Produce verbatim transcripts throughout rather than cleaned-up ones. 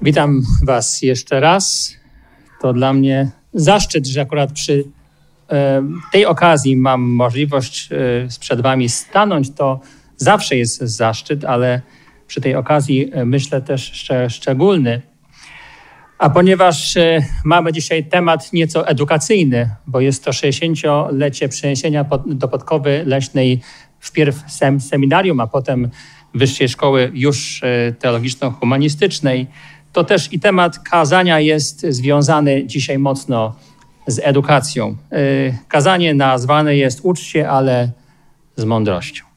Witam Was jeszcze raz. To dla mnie zaszczyt, że akurat przy e, tej okazji mam możliwość e, przed Wami stanąć. To zawsze jest zaszczyt, ale przy tej okazji e, myślę też szcz- szczególny. A ponieważ e, mamy dzisiaj temat nieco edukacyjny, bo jest to sześćdziesięciolecie przeniesienia pod, do Podkowy Leśnej wpierw sem, seminarium, a potem Wyższej Szkoły już e, teologiczno-humanistycznej, to też i temat kazania jest związany dzisiaj mocno z edukacją. Kazanie nazwane jest ucz się, ale z mądrością.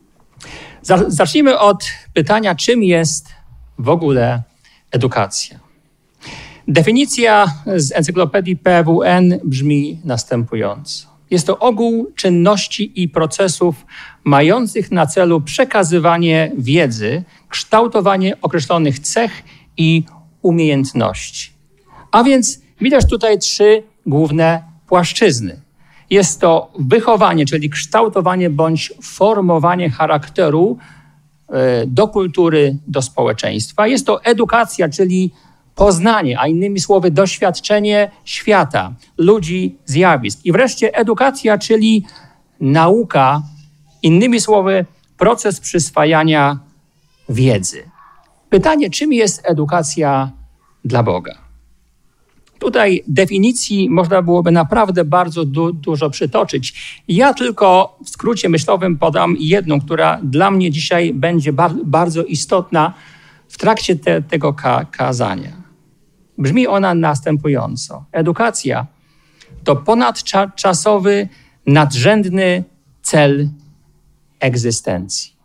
Zacznijmy od pytania, czym jest w ogóle edukacja. Definicja z encyklopedii P W N brzmi następująco. Jest to ogół czynności i procesów mających na celu przekazywanie wiedzy, kształtowanie określonych cech i umiejętności. A więc widać tutaj trzy główne płaszczyzny. Jest to wychowanie, czyli kształtowanie bądź formowanie charakteru do kultury, do społeczeństwa. Jest to edukacja, czyli poznanie, a innymi słowy doświadczenie świata, ludzi, zjawisk. I wreszcie edukacja, czyli nauka, innymi słowy proces przyswajania wiedzy. Pytanie, czym jest edukacja dla Boga? Tutaj definicji można byłoby naprawdę bardzo du- dużo przytoczyć. Ja tylko w skrócie myślowym podam jedną, która dla mnie dzisiaj będzie bar- bardzo istotna w trakcie te- tego ka- kazania. Brzmi ona następująco. Edukacja to ponadczasowy, nadrzędny cel egzystencji.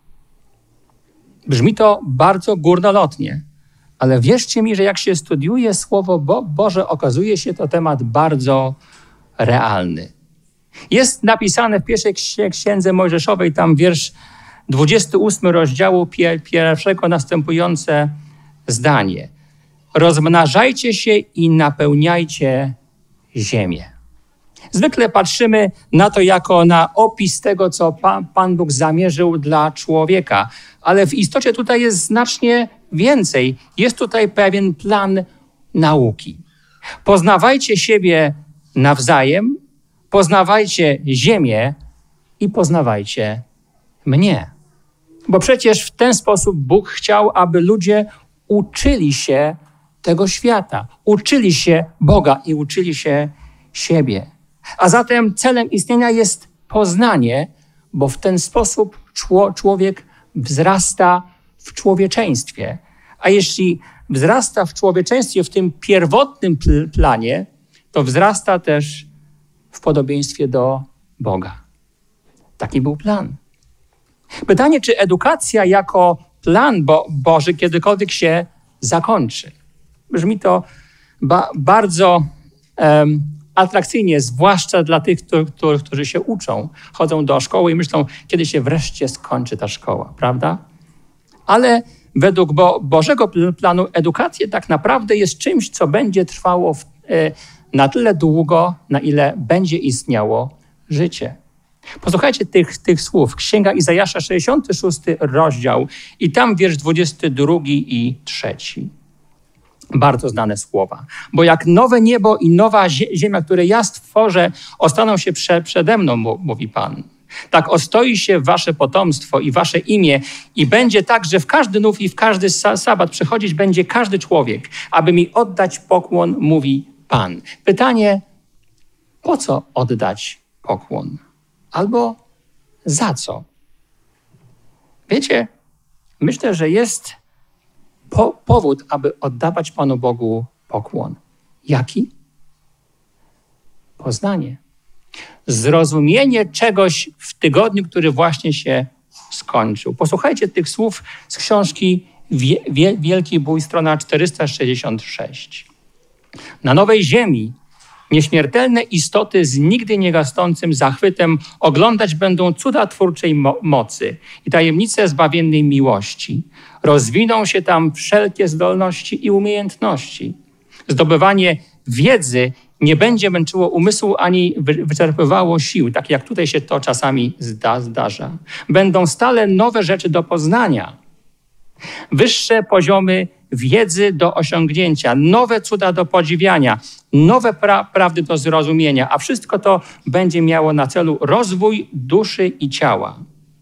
Brzmi to bardzo górnolotnie, ale wierzcie mi, że jak się studiuje Słowo Bo- Boże, okazuje się to temat bardzo realny. Jest napisane w pierwszej księdze Mojżeszowej, tam wiersz dwudziesty ósmy rozdziału pie- pierwszego następujące zdanie. Rozmnażajcie się i napełniajcie ziemię. Zwykle patrzymy na to jako na opis tego, co Pan, Pan Bóg zamierzył dla człowieka, ale w istocie tutaj jest znacznie więcej. Jest tutaj pewien plan nauki. Poznawajcie siebie nawzajem, poznawajcie ziemię i poznawajcie mnie. Bo przecież w ten sposób Bóg chciał, aby ludzie uczyli się tego świata, uczyli się Boga i uczyli się siebie. A zatem celem istnienia jest poznanie, bo w ten sposób człowiek wzrasta w człowieczeństwie. A jeśli wzrasta w człowieczeństwie w tym pierwotnym planie, to wzrasta też w podobieństwie do Boga. Taki był plan. Pytanie, czy edukacja jako plan Bo- Boży kiedykolwiek się zakończy? Brzmi to ba- bardzo um, atrakcyjnie, zwłaszcza dla tych, którzy, którzy się uczą, chodzą do szkoły i myślą, kiedy się wreszcie skończy ta szkoła, prawda? Ale według Bo- Bożego planu edukacja tak naprawdę jest czymś, co będzie trwało w, e, na tyle długo, na ile będzie istniało życie. Posłuchajcie tych, tych słów. Księga Izajasza, sześćdziesiąty szósty rozdział i tam wiersz dwudziesty drugi i trzeci. Bardzo znane słowa. Bo jak nowe niebo i nowa ziemia, które ja stworzę, ostaną się prze, przede mną, mówi Pan. Tak ostoi się wasze potomstwo i wasze imię i będzie tak, że w każdy nów i w każdy sabat przychodzić będzie każdy człowiek, aby mi oddać pokłon, mówi Pan. Pytanie, po co oddać pokłon? Albo za co? Wiecie, myślę, że jest po, powód, aby oddawać Panu Bogu pokłon. Jaki? Poznanie. Zrozumienie czegoś w tygodniu, który właśnie się skończył. Posłuchajcie tych słów z książki Wie, Wie, Wielki Bój, strona czterysta sześćdziesiąt sześć. Na nowej ziemi nieśmiertelne istoty z nigdy niegasnącym zachwytem oglądać będą cuda twórczej mo- mocy i tajemnice zbawiennej miłości. Rozwiną się tam wszelkie zdolności i umiejętności. Zdobywanie wiedzy nie będzie męczyło umysłu ani wyczerpywało sił, tak jak tutaj się to czasami zda, zdarza. Będą stale nowe rzeczy do poznania. Wyższe poziomy wiedzy do osiągnięcia, nowe cuda do podziwiania, nowe pra- prawdy do zrozumienia, a wszystko to będzie miało na celu rozwój duszy i ciała.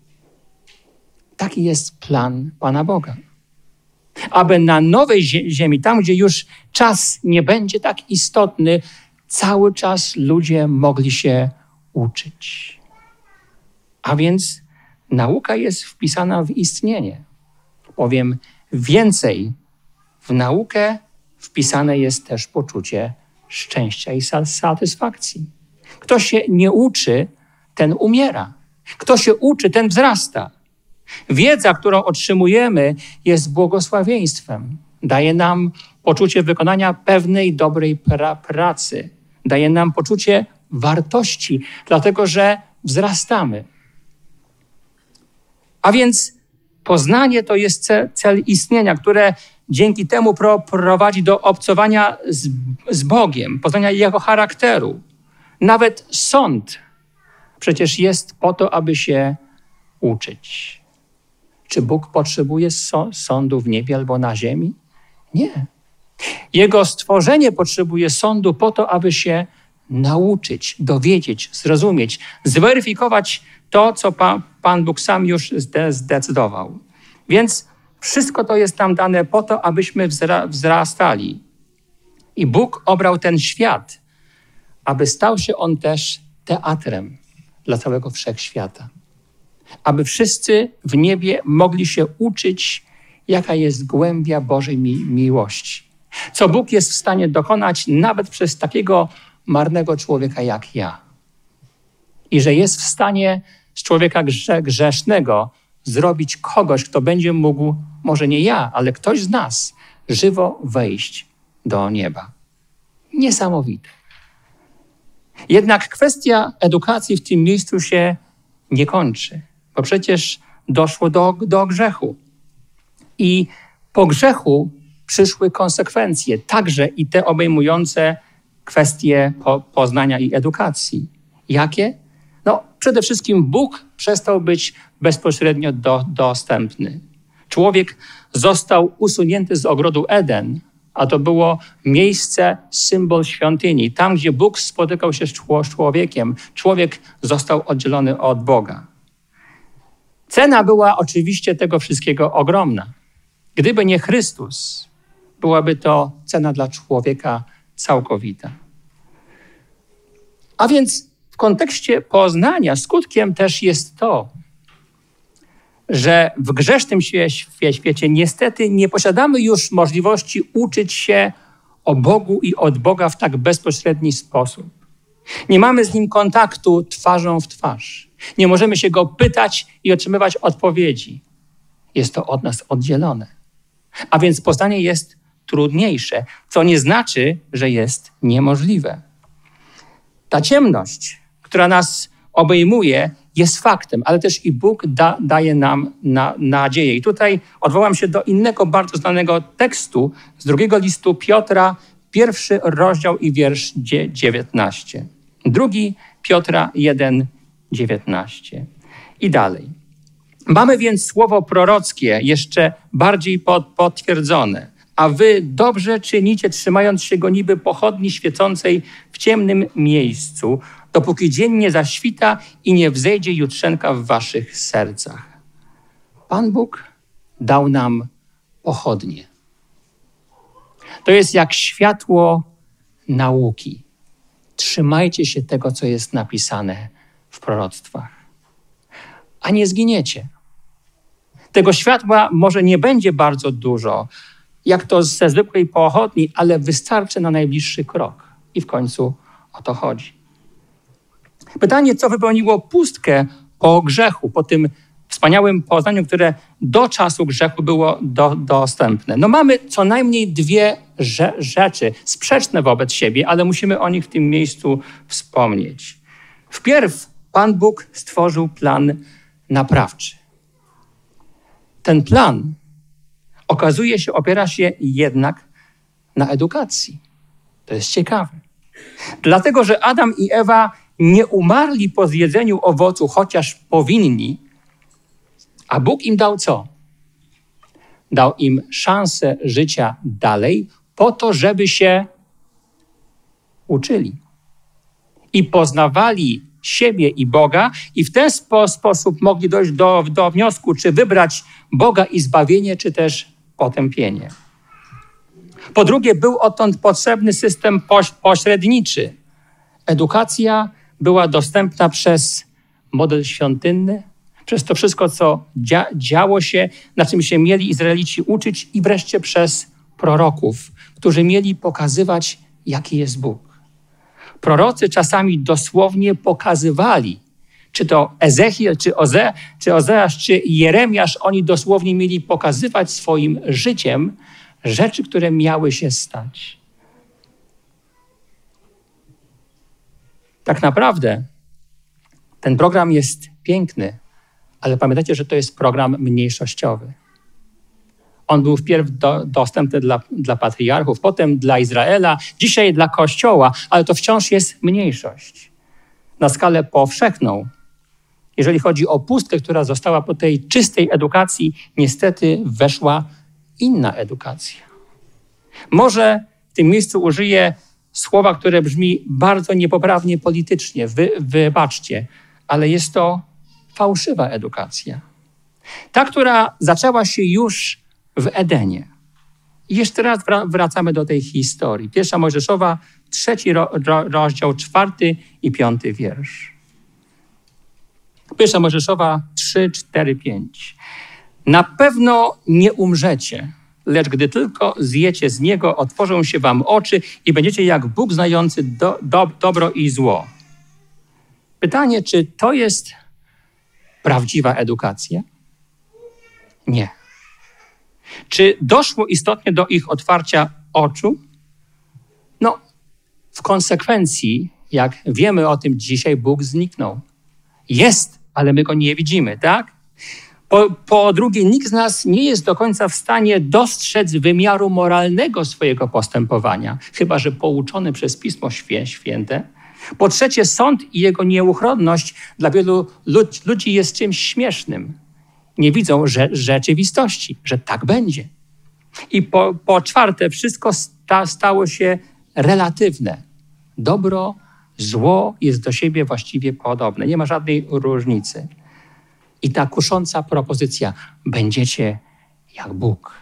Taki jest plan Pana Boga. Aby na nowej ziemi, tam gdzie już czas nie będzie tak istotny, cały czas ludzie mogli się uczyć. A więc nauka jest wpisana w istnienie. Powiem więcej, w naukę wpisane jest też poczucie szczęścia i satysfakcji. Kto się nie uczy, ten umiera. Kto się uczy, ten wzrasta. Wiedza, którą otrzymujemy, jest błogosławieństwem. Daje nam poczucie wykonania pewnej, dobrej pra- pracy. Daje nam poczucie wartości, dlatego że wzrastamy. A więc poznanie to jest cel, cel istnienia, które dzięki temu pro, prowadzi do obcowania z, z Bogiem, poznania Jego charakteru. Nawet sąd przecież jest po to, aby się uczyć. Czy Bóg potrzebuje so, sądu w niebie albo na ziemi? Nie. Jego stworzenie potrzebuje sądu po to, aby się nauczyć, dowiedzieć, zrozumieć, zweryfikować to, co Pan, Pan Bóg sam już zdecydował. Więc wszystko to jest nam dane po to, abyśmy wzra- wzrastali. I Bóg obrał ten świat, aby stał się on też teatrem dla całego wszechświata. Aby wszyscy w niebie mogli się uczyć, jaka jest głębia Bożej mi- miłości. Co Bóg jest w stanie dokonać nawet przez takiego marnego człowieka jak ja. I że jest w stanie z człowieka grze- grzesznego zrobić kogoś, kto będzie mógł, może nie ja, ale ktoś z nas, żywo wejść do nieba. Niesamowite. Jednak kwestia edukacji w tym miejscu się nie kończy, bo przecież doszło do, do grzechu. I po grzechu przyszły konsekwencje, także i te obejmujące kwestie po, poznania i edukacji. Jakie? No, przede wszystkim Bóg przestał być bezpośrednio do, dostępny. Człowiek został usunięty z ogrodu Eden, a to było miejsce, symbol świątyni. Tam, gdzie Bóg spotykał się z człowiekiem, człowiek został oddzielony od Boga. Cena była oczywiście tego wszystkiego ogromna. Gdyby nie Chrystus, byłaby to cena dla człowieka całkowita. A więc w kontekście poznania skutkiem też jest to, że w grzesznym świecie niestety nie posiadamy już możliwości uczyć się o Bogu i od Boga w tak bezpośredni sposób. Nie mamy z Nim kontaktu twarzą w twarz. Nie możemy się Go pytać i otrzymywać odpowiedzi. Jest to od nas oddzielone. A więc poznanie jest trudniejsze, co nie znaczy, że jest niemożliwe. Ta ciemność, która nas obejmuje, jest faktem, ale też i Bóg da, daje nam na, nadzieję. I tutaj odwołam się do innego bardzo znanego tekstu z drugiego listu Piotra, pierwszy rozdział i wiersz dziewiętnasty. Drugi Piotra jeden, dziewiętnaście. I dalej. Mamy więc słowo prorockie jeszcze bardziej pod, potwierdzone. A wy dobrze czynicie, trzymając się go niby pochodni świecącej w ciemnym miejscu, dopóki dzień nie zaświta i nie wzejdzie jutrzenka w waszych sercach. Pan Bóg dał nam pochodnie. To jest jak światło nauki. Trzymajcie się tego, co jest napisane w proroctwach, a nie zginiecie. Tego światła może nie będzie bardzo dużo, jak to ze zwykłej pochodni, ale wystarczy na najbliższy krok. I w końcu o to chodzi. Pytanie, co wypełniło pustkę po grzechu, po tym wspaniałym poznaniu, które do czasu grzechu było do, dostępne. No mamy co najmniej dwie rze- rzeczy sprzeczne wobec siebie, ale musimy o nich w tym miejscu wspomnieć. Wpierw Pan Bóg stworzył plan naprawczy. Ten plan okazuje się, opiera się jednak na edukacji. To jest ciekawe. Dlatego, że Adam i Ewa nie umarli po zjedzeniu owocu, chociaż powinni, a Bóg im dał co? Dał im szansę życia dalej po to, żeby się uczyli i poznawali siebie i Boga i w ten spo- sposób mogli dojść do, do wniosku, czy wybrać Boga i zbawienie, czy też potępienie. Po drugie, był odtąd potrzebny system poś- pośredniczy. Edukacja była dostępna przez model świątynny, przez to wszystko, co dzia- działo się, na czym się mieli Izraelici uczyć i wreszcie przez proroków, którzy mieli pokazywać, jaki jest Bóg. Prorocy czasami dosłownie pokazywali, czy to Ezechiel, czy, Oze, czy Ozeasz, czy Jeremiasz, oni dosłownie mieli pokazywać swoim życiem rzeczy, które miały się stać. Tak naprawdę ten program jest piękny, ale pamiętajcie, że to jest program mniejszościowy. On był wpierw do, dostępny dla, dla patriarchów, potem dla Izraela, dzisiaj dla Kościoła, ale to wciąż jest mniejszość. Na skalę powszechną, jeżeli chodzi o pustkę, która została po tej czystej edukacji, niestety weszła inna edukacja. Może w tym miejscu użyję słowa, które brzmi bardzo niepoprawnie politycznie, wy, wybaczcie, ale jest to fałszywa edukacja. Ta, która zaczęła się już w Edenie. I jeszcze raz wracamy do tej historii. Pierwsza Mojżeszowa, trzeci ro, ro, rozdział, czwarty i piąty wiersz. Pierwsza Mojżeszowa trzy, cztery, pięć. Na pewno nie umrzecie, lecz gdy tylko zjecie z niego, otworzą się wam oczy i będziecie jak Bóg znający do, do, dobro i zło. Pytanie, czy to jest prawdziwa edukacja? Nie. Czy doszło istotnie do ich otwarcia oczu? No, w konsekwencji, jak wiemy o tym dzisiaj, Bóg zniknął. Jest, ale my go nie widzimy, tak? Po, po drugie, nikt z nas nie jest do końca w stanie dostrzec wymiaru moralnego swojego postępowania, chyba że pouczony przez Pismo Święte. Po trzecie, sąd i jego nieuchronność dla wielu lud- ludzi jest czymś śmiesznym. Nie widzą że, rzeczywistości, że tak będzie. I po, po czwarte, wszystko sta, stało się relatywne. Dobro, zło jest do siebie właściwie podobne. Nie ma żadnej różnicy. I ta kusząca propozycja, będziecie jak Bóg.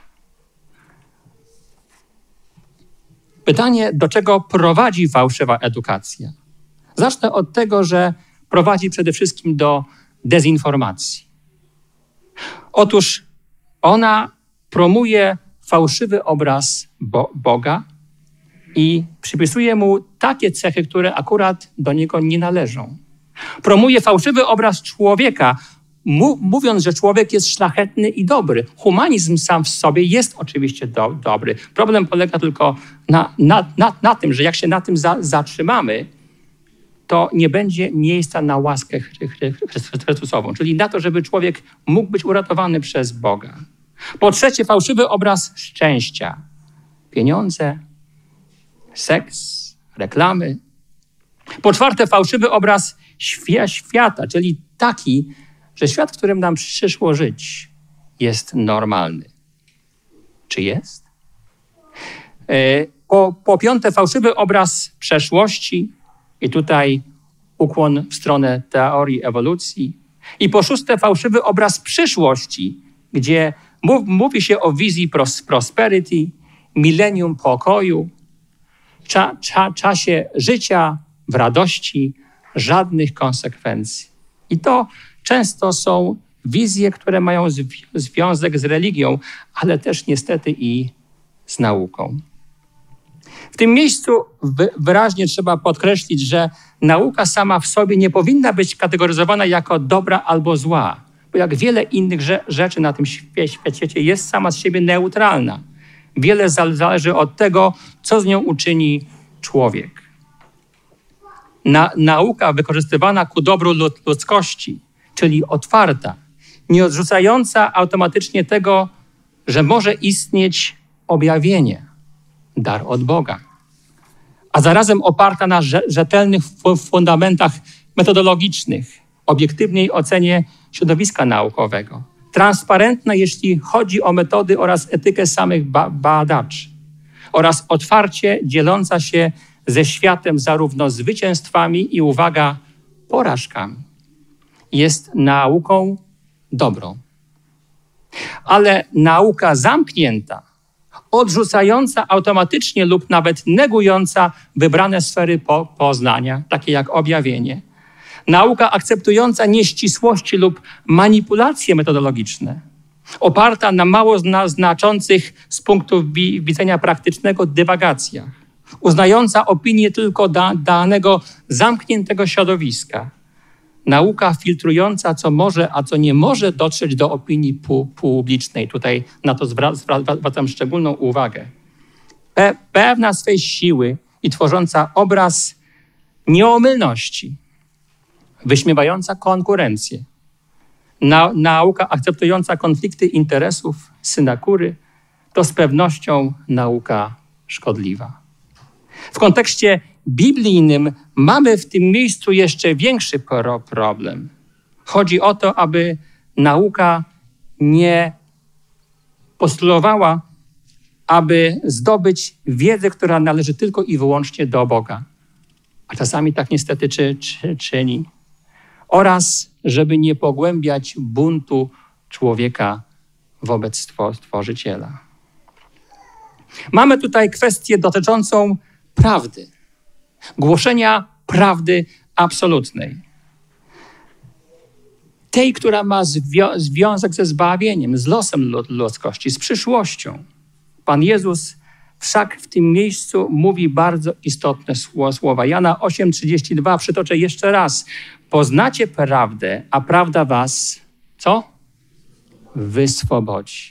Pytanie, do czego prowadzi fałszywa edukacja? Zacznę od tego, że prowadzi przede wszystkim do dezinformacji. Otóż ona promuje fałszywy obraz Bo- Boga i przypisuje mu takie cechy, które akurat do niego nie należą. Promuje fałszywy obraz człowieka, mu- mówiąc, że człowiek jest szlachetny i dobry. Humanizm sam w sobie jest oczywiście do- dobry. Problem polega tylko na, na, na, na tym, że jak się na tym za- zatrzymamy, to nie będzie miejsca na łaskę Chrystusową, czyli na to, żeby człowiek mógł być uratowany przez Boga. Po trzecie, fałszywy obraz szczęścia. Pieniądze, seks, reklamy. Po czwarte, fałszywy obraz świ- świata, czyli taki, że świat, w którym nam przyszło żyć, jest normalny. Czy jest? Po, po piąte, fałszywy obraz przeszłości. I tutaj ukłon w stronę teorii ewolucji. I po szóste, fałszywy obraz przyszłości, gdzie mów, mówi się o wizji pros, prosperity, milenium pokoju, cza, cza, czasie życia w radości, żadnych konsekwencji. I to często są wizje, które mają zwi- związek z religią, ale też niestety i z nauką. W tym miejscu wyraźnie trzeba podkreślić, że nauka sama w sobie nie powinna być kategoryzowana jako dobra albo zła, bo jak wiele innych rzeczy na tym świecie jest sama z siebie neutralna. Wiele zależy od tego, co z nią uczyni człowiek. Na, nauka wykorzystywana ku dobru lud, ludzkości, czyli otwarta, nie odrzucająca automatycznie tego, że może istnieć objawienie, dar od Boga, a zarazem oparta na rzetelnych fundamentach metodologicznych, obiektywnej ocenie środowiska naukowego, transparentna, jeśli chodzi o metody oraz etykę samych ba- badaczy oraz otwarcie dzieląca się ze światem zarówno zwycięstwami i, uwaga, porażkami. Jest nauką dobrą. Ale nauka zamknięta, odrzucająca automatycznie lub nawet negująca wybrane sfery po, poznania, takie jak objawienie, nauka akceptująca nieścisłości lub manipulacje metodologiczne, oparta na mało zna, znaczących z punktu wi- widzenia praktycznego dywagacjach, uznająca opinię tylko da, danego zamkniętego środowiska, nauka filtrująca, co może, a co nie może dotrzeć do opinii pu- publicznej. Tutaj na to zwra- zwracam szczególną uwagę. Pe- pewna swej siły i tworząca obraz nieomylności, wyśmiewająca konkurencję, Na, nauka akceptująca konflikty interesów, synakury, to z pewnością nauka szkodliwa. W kontekście biblijnym mamy w tym miejscu jeszcze większy pro- problem. Chodzi o to, aby nauka nie postulowała, aby zdobyć wiedzę, która należy tylko i wyłącznie do Boga. A czasami tak niestety czy, czy, czyni. Oraz żeby nie pogłębiać buntu człowieka wobec Stworzyciela. Mamy tutaj kwestię dotyczącą prawdy. Głoszenia prawdy absolutnej. Tej, która ma zwią- związek ze zbawieniem, z losem ludzkości, z przyszłością. Pan Jezus wszak w tym miejscu mówi bardzo istotne słowa. Jana osiem trzydzieści dwa, przytoczę jeszcze raz. Poznacie prawdę, a prawda was, co? Wyswobodzi.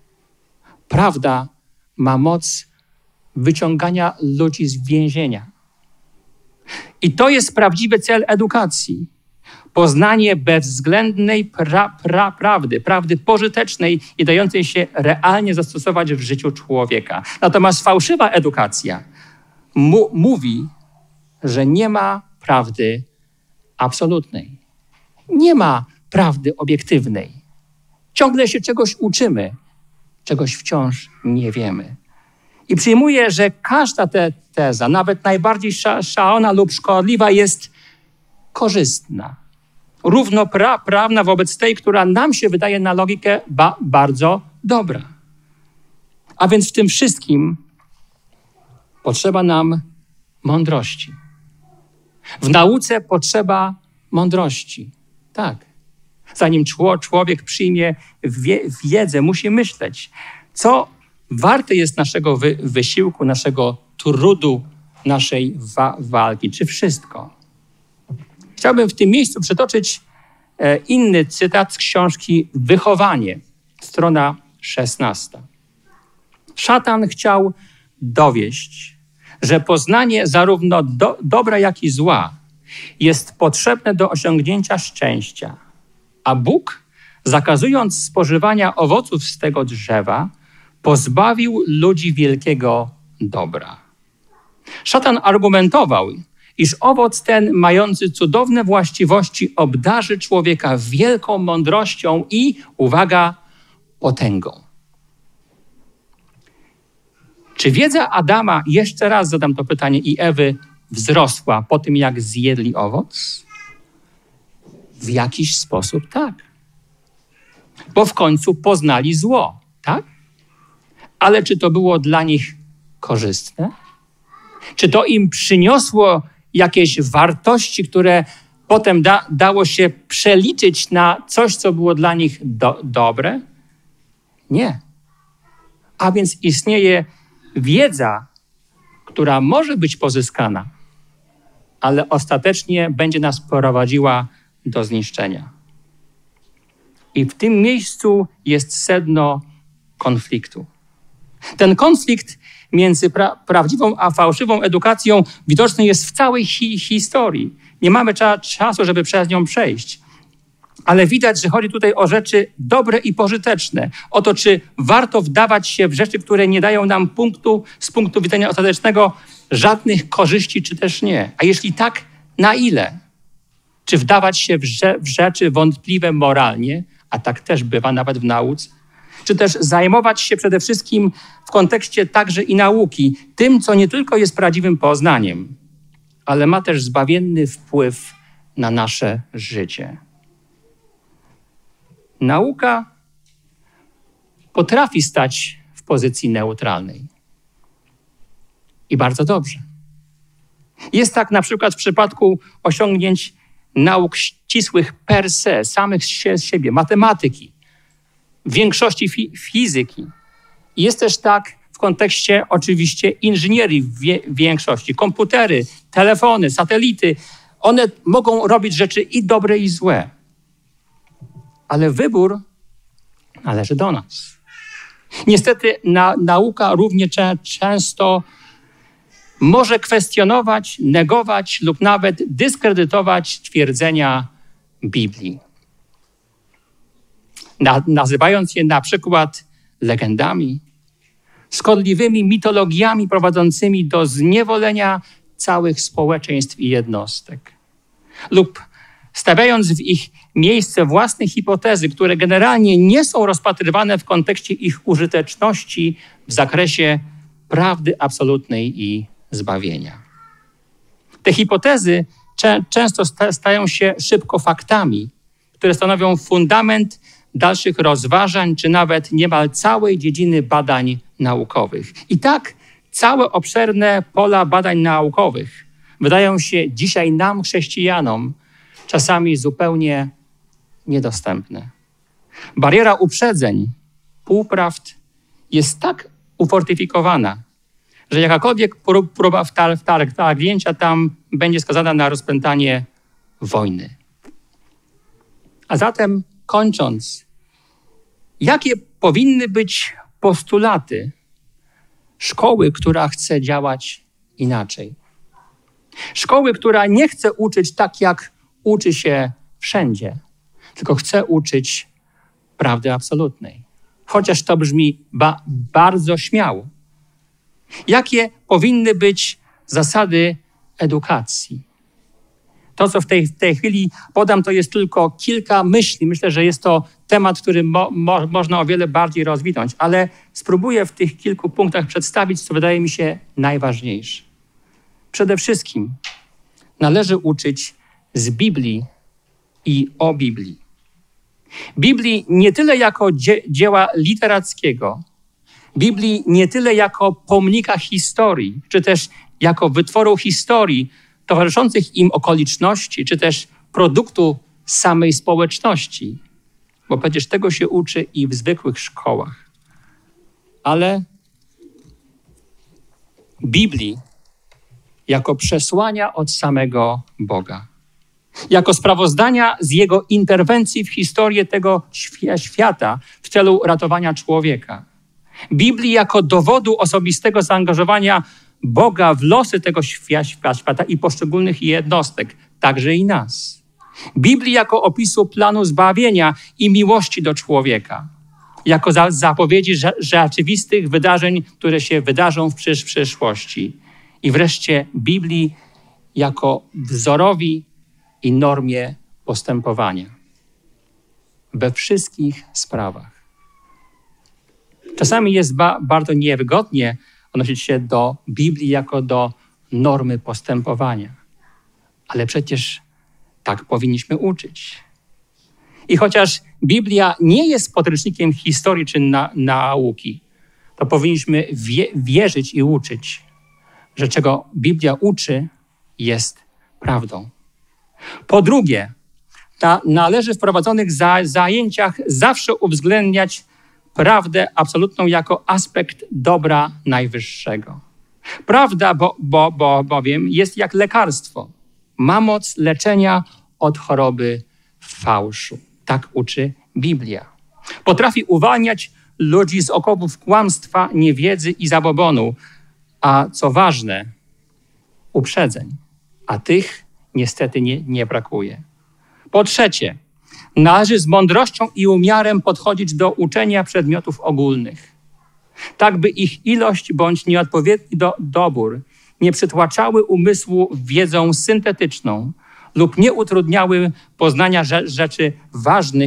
Prawda ma moc wyciągania ludzi z więzienia. I to jest prawdziwy cel edukacji. Poznanie bezwzględnej pra, pra, prawdy, prawdy pożytecznej i dającej się realnie zastosować w życiu człowieka. Natomiast fałszywa edukacja mu, mówi, że nie ma prawdy absolutnej. Nie ma prawdy obiektywnej. Ciągle się czegoś uczymy, czegoś wciąż nie wiemy. I przyjmuję, że każda te teza, nawet najbardziej sza, szalona lub szkodliwa, jest korzystna. Równoprawna wobec tej, która nam się wydaje na logikę ba, bardzo dobra. A więc w tym wszystkim potrzeba nam mądrości. W nauce potrzeba mądrości. Tak. Zanim człowiek przyjmie wie, wiedzę, musi myśleć, co warte jest naszego wy, wysiłku, naszego trudu, naszej wa, walki. Czy wszystko? Chciałbym w tym miejscu przytoczyć e, inny cytat z książki Wychowanie, strona szesnasta. Szatan chciał dowieść, że poznanie zarówno do, dobra, jak i zła jest potrzebne do osiągnięcia szczęścia. A Bóg, zakazując spożywania owoców z tego drzewa, pozbawił ludzi wielkiego dobra. Szatan argumentował, iż owoc ten, mający cudowne właściwości, obdarzy człowieka wielką mądrością i, uwaga, potęgą. Czy wiedza Adama, jeszcze raz zadam to pytanie, i Ewy wzrosła po tym, jak zjedli owoc? W jakiś sposób tak. Bo w końcu poznali zło, tak? Ale czy to było dla nich korzystne? Czy to im przyniosło jakieś wartości, które potem da, dało się przeliczyć na coś, co było dla nich do, dobre? Nie. A więc istnieje wiedza, która może być pozyskana, ale ostatecznie będzie nas prowadziła do zniszczenia. I w tym miejscu jest sedno konfliktu. Ten konflikt między pra- prawdziwą a fałszywą edukacją widoczny jest w całej hi- historii. Nie mamy cza- czasu, żeby przez nią przejść. Ale widać, że chodzi tutaj o rzeczy dobre i pożyteczne. O to, czy warto wdawać się w rzeczy, które nie dają nam punktu, z punktu widzenia ostatecznego żadnych korzyści, czy też nie. A jeśli tak, na ile? Czy wdawać się w, rze- w rzeczy wątpliwe moralnie, a tak też bywa nawet w nauce. Czy też zajmować się przede wszystkim w kontekście także i nauki, tym, co nie tylko jest prawdziwym poznaniem, ale ma też zbawienny wpływ na nasze życie. Nauka potrafi stać w pozycji neutralnej. I bardzo dobrze. Jest tak na przykład w przypadku osiągnięć nauk ścisłych per se, samych z siebie, matematyki, w większości fi- fizyki. Jest też tak w kontekście oczywiście inżynierii w wie- większości. Komputery, telefony, satelity, one mogą robić rzeczy i dobre, i złe. Ale wybór należy do nas. Niestety na, nauka równie cze- często może kwestionować, negować lub nawet dyskredytować twierdzenia Biblii. Na, nazywając je na przykład legendami, szkodliwymi mitologiami prowadzącymi do zniewolenia całych społeczeństw i jednostek. Lub stawiając w ich miejsce własne hipotezy, które generalnie nie są rozpatrywane w kontekście ich użyteczności w zakresie prawdy absolutnej i zbawienia. Te hipotezy cze- często sta- stają się szybko faktami, które stanowią fundament dalszych rozważań, czy nawet niemal całej dziedziny badań naukowych. I tak całe obszerne pola badań naukowych wydają się dzisiaj nam, chrześcijanom, czasami zupełnie niedostępne. Bariera uprzedzeń, półprawd jest tak ufortyfikowana, że jakakolwiek próba wtar- wtar- wtargnięcia tam będzie skazana na rozpętanie wojny. A zatem kończąc, jakie powinny być postulaty szkoły, która chce działać inaczej? Szkoły, która nie chce uczyć tak, jak uczy się wszędzie, tylko chce uczyć prawdy absolutnej. Chociaż to brzmi ba- bardzo śmiało. Jakie powinny być zasady edukacji? To, co w tej, w tej chwili podam, to jest tylko kilka myśli. Myślę, że jest to temat, który mo, mo, można o wiele bardziej rozwinąć, ale spróbuję w tych kilku punktach przedstawić, co wydaje mi się najważniejsze. Przede wszystkim należy uczyć z Biblii i o Biblii. Biblii nie tyle jako dzie, dzieła literackiego, Biblii nie tyle jako pomnika historii, czy też jako wytworu historii, towarzyszących im okoliczności, czy też produktu samej społeczności, bo przecież tego się uczy i w zwykłych szkołach. Ale Biblii jako przesłania od samego Boga, jako sprawozdania z Jego interwencji w historię tego świata w celu ratowania człowieka. Biblii jako dowodu osobistego zaangażowania Boga w losy tego świata i poszczególnych jednostek, także i nas. Biblii jako opisu planu zbawienia i miłości do człowieka, jako za- zapowiedzi rze- rzeczywistych wydarzeń, które się wydarzą w przysz- przyszłości. I wreszcie Biblii jako wzorowi i normie postępowania we wszystkich sprawach. Czasami jest ba- bardzo niewygodnie odnosić się do Biblii jako do normy postępowania. Ale przecież tak powinniśmy uczyć. I chociaż Biblia nie jest podręcznikiem historii czy na- nauki, to powinniśmy wie- wierzyć i uczyć, że czego Biblia uczy, jest prawdą. Po drugie, ta należy w prowadzonych za- zajęciach zawsze uwzględniać prawdę absolutną jako aspekt dobra najwyższego. Prawda bo, bo, bo, bowiem jest jak lekarstwo. Ma moc leczenia od choroby fałszu. Tak uczy Biblia. Potrafi uwalniać ludzi z okopów kłamstwa, niewiedzy i zabobonu, a co ważne, uprzedzeń. A tych niestety nie, nie brakuje. Po trzecie, należy z mądrością i umiarem podchodzić do uczenia przedmiotów ogólnych, tak by ich ilość bądź nieodpowiedni do, dobór nie przytłaczały umysłu wiedzą syntetyczną lub nie utrudniały poznania rze- rzeczy ważnych,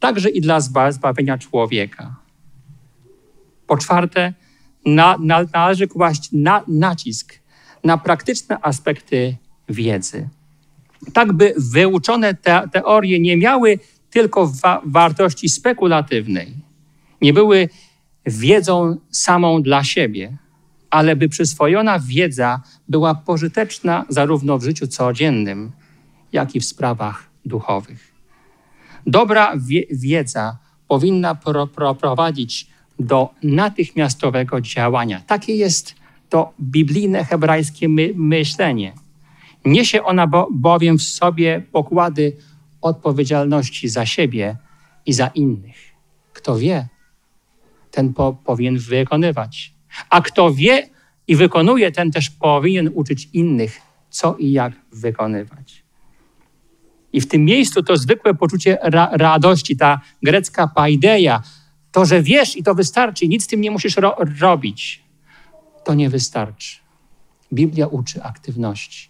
także i dla zba- zbawienia człowieka. Po czwarte, na, na, należy kłaść na, nacisk na praktyczne aspekty wiedzy. Tak by wyuczone te, teorie nie miały tylko wa- wartości spekulatywnej, nie były wiedzą samą dla siebie, ale by przyswojona wiedza była pożyteczna zarówno w życiu codziennym, jak i w sprawach duchowych. Dobra wie- wiedza powinna pro- pro- prowadzić do natychmiastowego działania. Takie jest to biblijne hebrajskie my- myślenie. Niesie ona bo- bowiem w sobie pokłady odpowiedzialności za siebie i za innych. Kto wie, ten po- powinien wykonywać. A kto wie i wykonuje, ten też powinien uczyć innych, co i jak wykonywać. I w tym miejscu to zwykłe poczucie ra- radości, ta grecka paideia, to, że wiesz i to wystarczy, nic z tym nie musisz ro- robić, to nie wystarczy. Biblia uczy aktywności.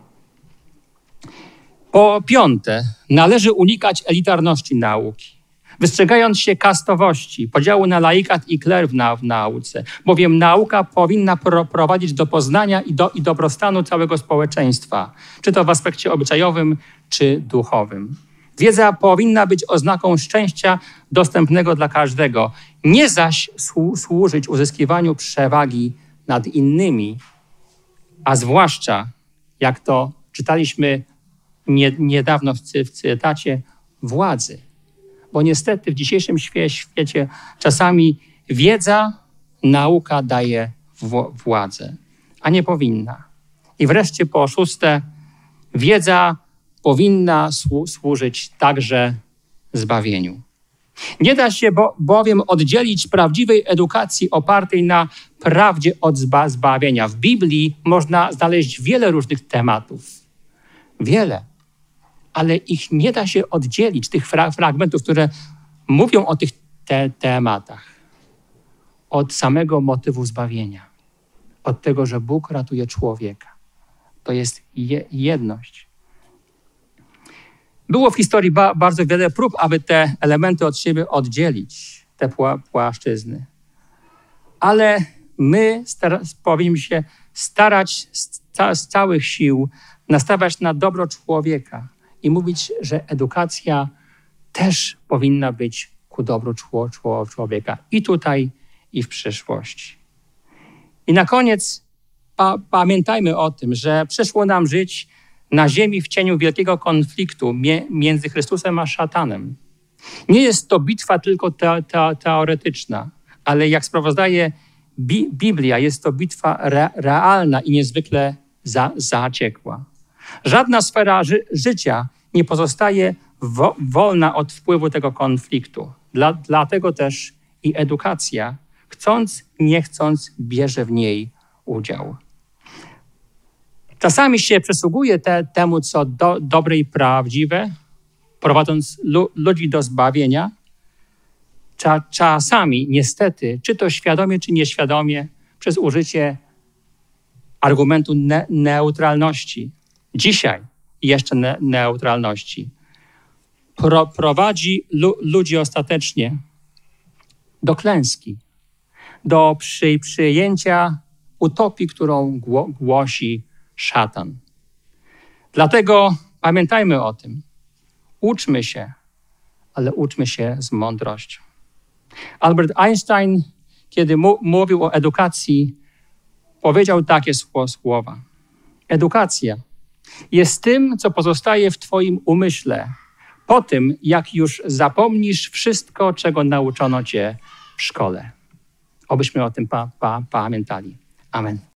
Po piąte, należy unikać elitarności nauki, wystrzegając się kastowości, podziału na laikat i kler w, na, w nauce, bowiem nauka powinna pro, prowadzić do poznania i, do, i dobrostanu całego społeczeństwa, czy to w aspekcie obyczajowym, czy duchowym. Wiedza powinna być oznaką szczęścia dostępnego dla każdego, nie zaś słu- służyć uzyskiwaniu przewagi nad innymi, a zwłaszcza, jak to czytaliśmy nie, niedawno w, cy, w cytacie, władzy. Bo niestety w dzisiejszym świe, świecie czasami wiedza, nauka daje w, władzę, a nie powinna. I wreszcie po szóste, wiedza powinna słu, służyć także zbawieniu. Nie da się bo, bowiem oddzielić prawdziwej edukacji opartej na prawdzie od zba, zbawienia. W Biblii można znaleźć wiele różnych tematów. Wiele. Ale ich nie da się oddzielić, tych fra- fragmentów, które mówią o tych te- tematach, od samego motywu zbawienia, od tego, że Bóg ratuje człowieka. To jest je- jedność. Było w historii ba- bardzo wiele prób, aby te elementy od siebie oddzielić, te pła- płaszczyzny. Ale my star- powinniśmy się starać z, ca- z całych sił nastawiać na dobro człowieka i mówić, że edukacja też powinna być ku dobru czło- czło- człowieka i tutaj, i w przyszłości. I na koniec pa- pamiętajmy o tym, że przyszło nam żyć na ziemi w cieniu wielkiego konfliktu mie- między Chrystusem a szatanem. Nie jest to bitwa tylko te- te- teoretyczna, ale jak sprawozdaje Bi- Biblia, jest to bitwa re- realna i niezwykle za- zaciekła. Żadna sfera ży- życia nie pozostaje wo- wolna od wpływu tego konfliktu. Dla- dlatego też i edukacja, chcąc, nie chcąc, bierze w niej udział. Czasami się przysługuje te, temu, co do, dobre i prawdziwe, prowadząc lu, ludzi do zbawienia. Cza, czasami, niestety, czy to świadomie, czy nieświadomie, przez użycie argumentu ne, neutralności, dzisiaj jeszcze ne, neutralności, pro, prowadzi lu, ludzi ostatecznie do klęski, do przy, przyjęcia utopii, którą gło, głosi szatan. Dlatego pamiętajmy o tym. Uczmy się, ale uczmy się z mądrością. Albert Einstein, kiedy mu, mówił o edukacji, powiedział takie słowa. Edukacja jest tym, co pozostaje w twoim umyśle, po tym, jak już zapomnisz wszystko, czego nauczono cię w szkole. Obyśmy o tym pa, pa, pamiętali. Amen.